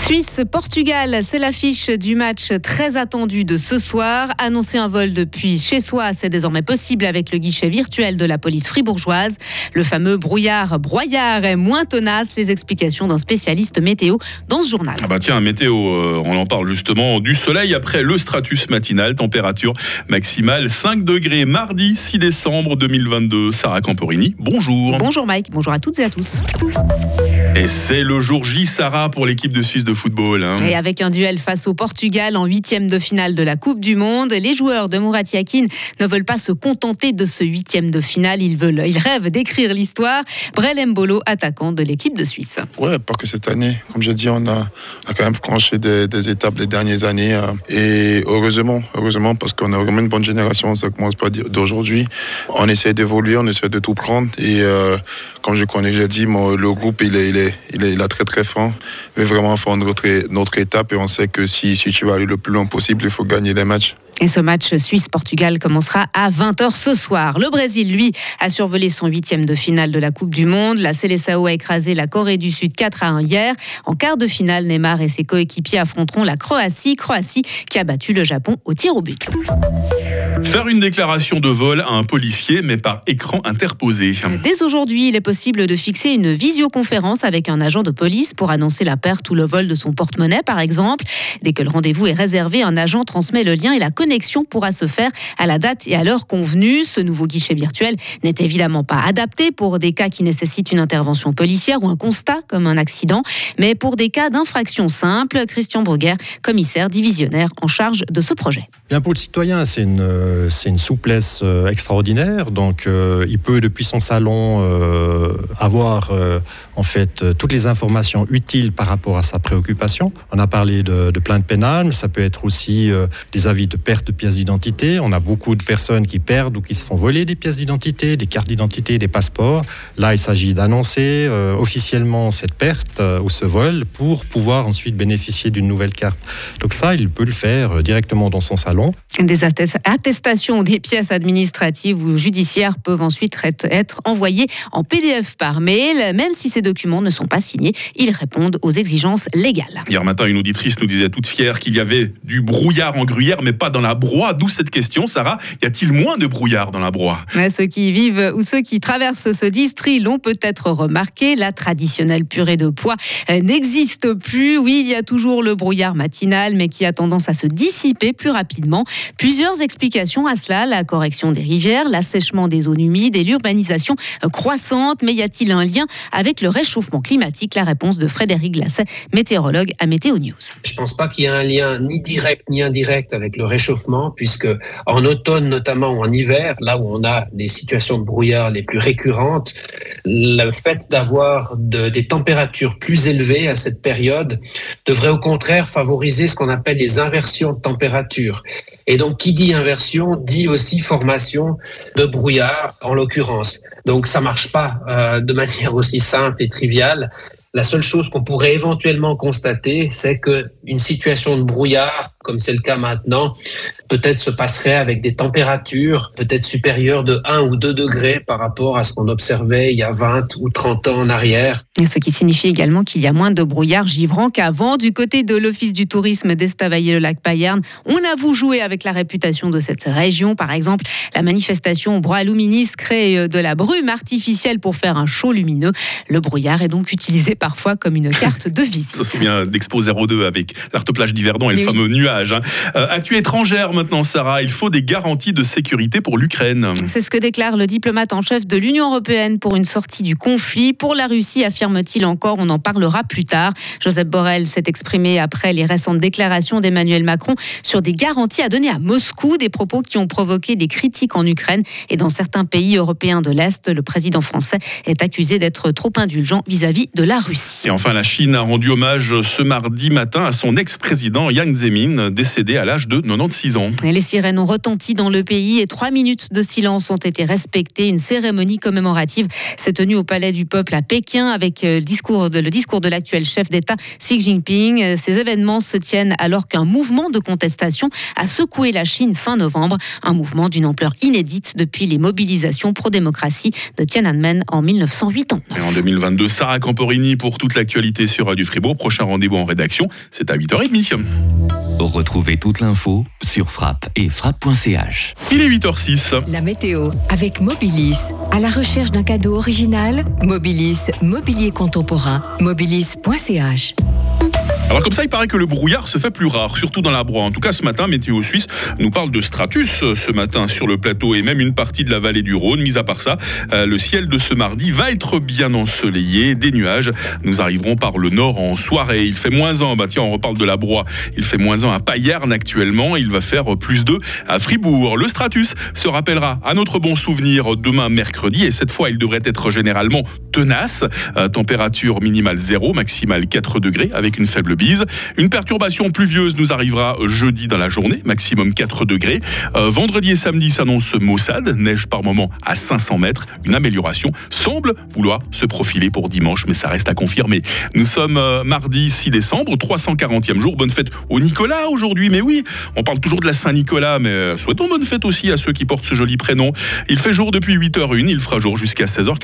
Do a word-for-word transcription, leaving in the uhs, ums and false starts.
Suisse-Portugal, c'est l'affiche du match très attendu de ce soir. Annoncer un vol depuis chez soi, c'est désormais possible avec le guichet virtuel de la police fribourgeoise. Le fameux brouillard broyard est moins tenace. Les explications d'un spécialiste météo dans ce journal. Ah bah tiens, météo, euh, on en parle justement. Du soleil après le stratus matinal, température maximale cinq degrés, mardi six décembre deux mille vingt-deux. Sarah Camporini, bonjour. Bonjour Mike, bonjour à toutes et à tous. Et c'est le jour J, Sarah, pour l'équipe de Suisse de football. Hein. Et avec un duel face au Portugal en huitième de finale de la Coupe du Monde, les joueurs de Murat Yakin ne veulent pas se contenter de ce huitième de finale. Ils veulent, ils rêvent d'écrire l'histoire. Brel Mbolo, attaquant de l'équipe de Suisse. Ouais, pas que cette année. Comme je dis, on a, on a quand même franchi des, des étapes les dernières années. Euh, et heureusement, heureusement, parce qu'on a vraiment une bonne génération. Ça commence pas d'aujourd'hui. On essaie d'évoluer, on essaie de tout prendre. Et euh, comme je connais, j'ai dit, moi, le groupe, il est, il est Il est, il est très très fort, il veut vraiment faire notre, notre étape et on sait que si, si tu vas aller le plus loin possible, il faut gagner les matchs. Et ce match Suisse-Portugal commencera à vingt heures ce soir. Le Brésil, lui, a survolé son huitième de finale de la Coupe du Monde. La Seleção a écrasé la Corée du Sud quatre à un hier. En quart de finale, Neymar et ses coéquipiers affronteront la Croatie. Croatie qui a battu le Japon au tir au but. Faire une déclaration de vol à un policier, mais par écran interposé. Dès aujourd'hui, il est possible de fixer une visioconférence avec un agent de police pour annoncer la perte ou le vol de son porte-monnaie, par exemple. Dès que le rendez-vous est réservé, un agent transmet le lien et la connexion pourra se faire à la date et à l'heure convenue. Ce nouveau guichet virtuel n'est évidemment pas adapté pour des cas qui nécessitent une intervention policière ou un constat comme un accident, mais pour des cas d'infraction simple. Christian Bruguer, commissaire divisionnaire en charge de ce projet. Bien, pour le citoyen, c'est une, c'est une souplesse extraordinaire. Donc, euh, il peut, depuis son salon, euh, avoir euh, en fait toutes les informations utiles par rapport à sa préoccupation. On a parlé de, de plainte pénale, mais ça peut être aussi euh, des avis de perte de pièces d'identité. On a beaucoup de personnes qui perdent ou qui se font voler des pièces d'identité, des cartes d'identité, des passeports. Là, il s'agit d'annoncer euh, officiellement cette perte euh, ou ce vol pour pouvoir ensuite bénéficier d'une nouvelle carte. Donc ça, il peut le faire euh, directement dans son salon. Des attestations des pièces administratives ou judiciaires peuvent ensuite être envoyées en P D F par mail. Même si ces documents ne sont pas signés, ils répondent aux exigences légales. Hier matin, une auditrice nous disait toute fière qu'il y avait du brouillard en Gruyère, mais pas dans la broie. D'où cette question, Sarah, y a-t-il moins de brouillard dans la broie ? Mais ceux qui y vivent ou ceux qui traversent ce district l'ont peut-être remarqué. La traditionnelle purée de pois n'existe plus. Oui, il y a toujours le brouillard matinal, mais qui a tendance à se dissiper plus rapidement. Plusieurs explications à cela, la correction des rivières, l'assèchement des zones humides et l'urbanisation croissante. Mais y a-t-il un lien avec le réchauffement climatique ? La réponse de Frédéric Glasset, météorologue à Météo News. Je ne pense pas qu'il y ait un lien ni direct ni indirect avec le réchauffement, puisque en automne notamment ou en hiver, là où on a les situations de brouillard les plus récurrentes, le fait d'avoir de, des températures plus élevées à cette période devrait au contraire favoriser ce qu'on appelle les inversions de température. Et donc, qui dit inversion, dit aussi formation de brouillard, en l'occurrence. Donc, ça marche pas euh, de manière aussi simple et triviale. La seule chose qu'on pourrait éventuellement constater, c'est qu'une situation de brouillard, comme c'est le cas maintenant, peut-être se passerait avec des températures peut-être supérieures de un ou deux degrés par rapport à ce qu'on observait il y a vingt ou trente ans en arrière. Et ce qui signifie également qu'il y a moins de brouillard givrant qu'avant. Du côté de l'Office du tourisme d'Estavayer-le-Lac-Payerne, on avoue jouer avec la réputation de cette région. Par exemple, la manifestation Bois Luminis crée de la brume artificielle pour faire un show lumineux. Le brouillard est donc utilisé parfois comme une carte de visite. Ça se souvient d'Expo zéro deux avec l'artoplage d'Yverdon et Mais le oui. fameux nuage. Hein. Euh, actu étrangère maintenant, Sarah. Il faut des garanties de sécurité pour l'Ukraine. C'est ce que déclare le diplomate en chef de l'Union européenne pour une sortie du conflit. Pour la Russie, affirme-t-il encore, on en parlera plus tard. Joseph Borrell s'est exprimé après les récentes déclarations d'Emmanuel Macron sur des garanties à donner à Moscou, des propos qui ont provoqué des critiques en Ukraine et dans certains pays européens de l'Est. Le président français est accusé d'être trop indulgent vis-à-vis de la Russie. Et enfin, la Chine a rendu hommage ce mardi matin à son ex-président Jiang Zemin. reine décédée à l'âge de quatre-vingt-seize ans. Les sirènes ont retenti dans le pays et trois minutes de silence ont été respectées. Une cérémonie commémorative s'est tenue au Palais du Peuple à Pékin avec le discours de, le discours de l'actuel chef d'État Xi Jinping. Ces événements se tiennent alors qu'un mouvement de contestation a secoué la Chine fin novembre. Un mouvement d'une ampleur inédite depuis les mobilisations pro-démocratie de Tiananmen en mille neuf cent quatre-vingt-neuf. Et en deux mille vingt-deux, Sarah Camporini pour toute l'actualité sur Radio Fribourg. Prochain rendez-vous en rédaction, c'est à huit heures trente. Retrouvez toute l'info sur frappe et frappe point c h. Il est huit heures six. La météo avec Mobilis. À la recherche d'un cadeau original, Mobilis, mobilier contemporain, mobilis point c h. Alors comme ça, il paraît que le brouillard se fait plus rare, surtout dans la broie. En tout cas, ce matin, Météo Suisse nous parle de stratus ce matin sur le plateau et même une partie de la vallée du Rhône. Mis à part ça, euh, le ciel de ce mardi va être bien ensoleillé. Des nuages nous arriveront par le nord en soirée. Il fait moins un. Bah tiens, on reparle de la broie. Il fait moins un à Payerne actuellement. Il va faire plus deux à Fribourg. Le stratus se rappellera à notre bon souvenir demain mercredi et cette fois, il devrait être généralement tenace. Euh, température minimale zéro, maximale quatre degrés avec une faible bise. Une perturbation pluvieuse nous arrivera jeudi dans la journée, maximum quatre degrés. Euh, vendredi et samedi s'annonce maussade, neige par moment à cinq cents mètres. Une amélioration semble vouloir se profiler pour dimanche, mais ça reste à confirmer. Nous sommes euh, mardi six décembre, trois cent quarantième jour. Bonne fête au Nicolas aujourd'hui, mais oui, on parle toujours de la Saint-Nicolas, mais euh, souhaitons bonne fête aussi à ceux qui portent ce joli prénom. Il fait jour depuis huit heures une, il fera jour jusqu'à seize heures quarante.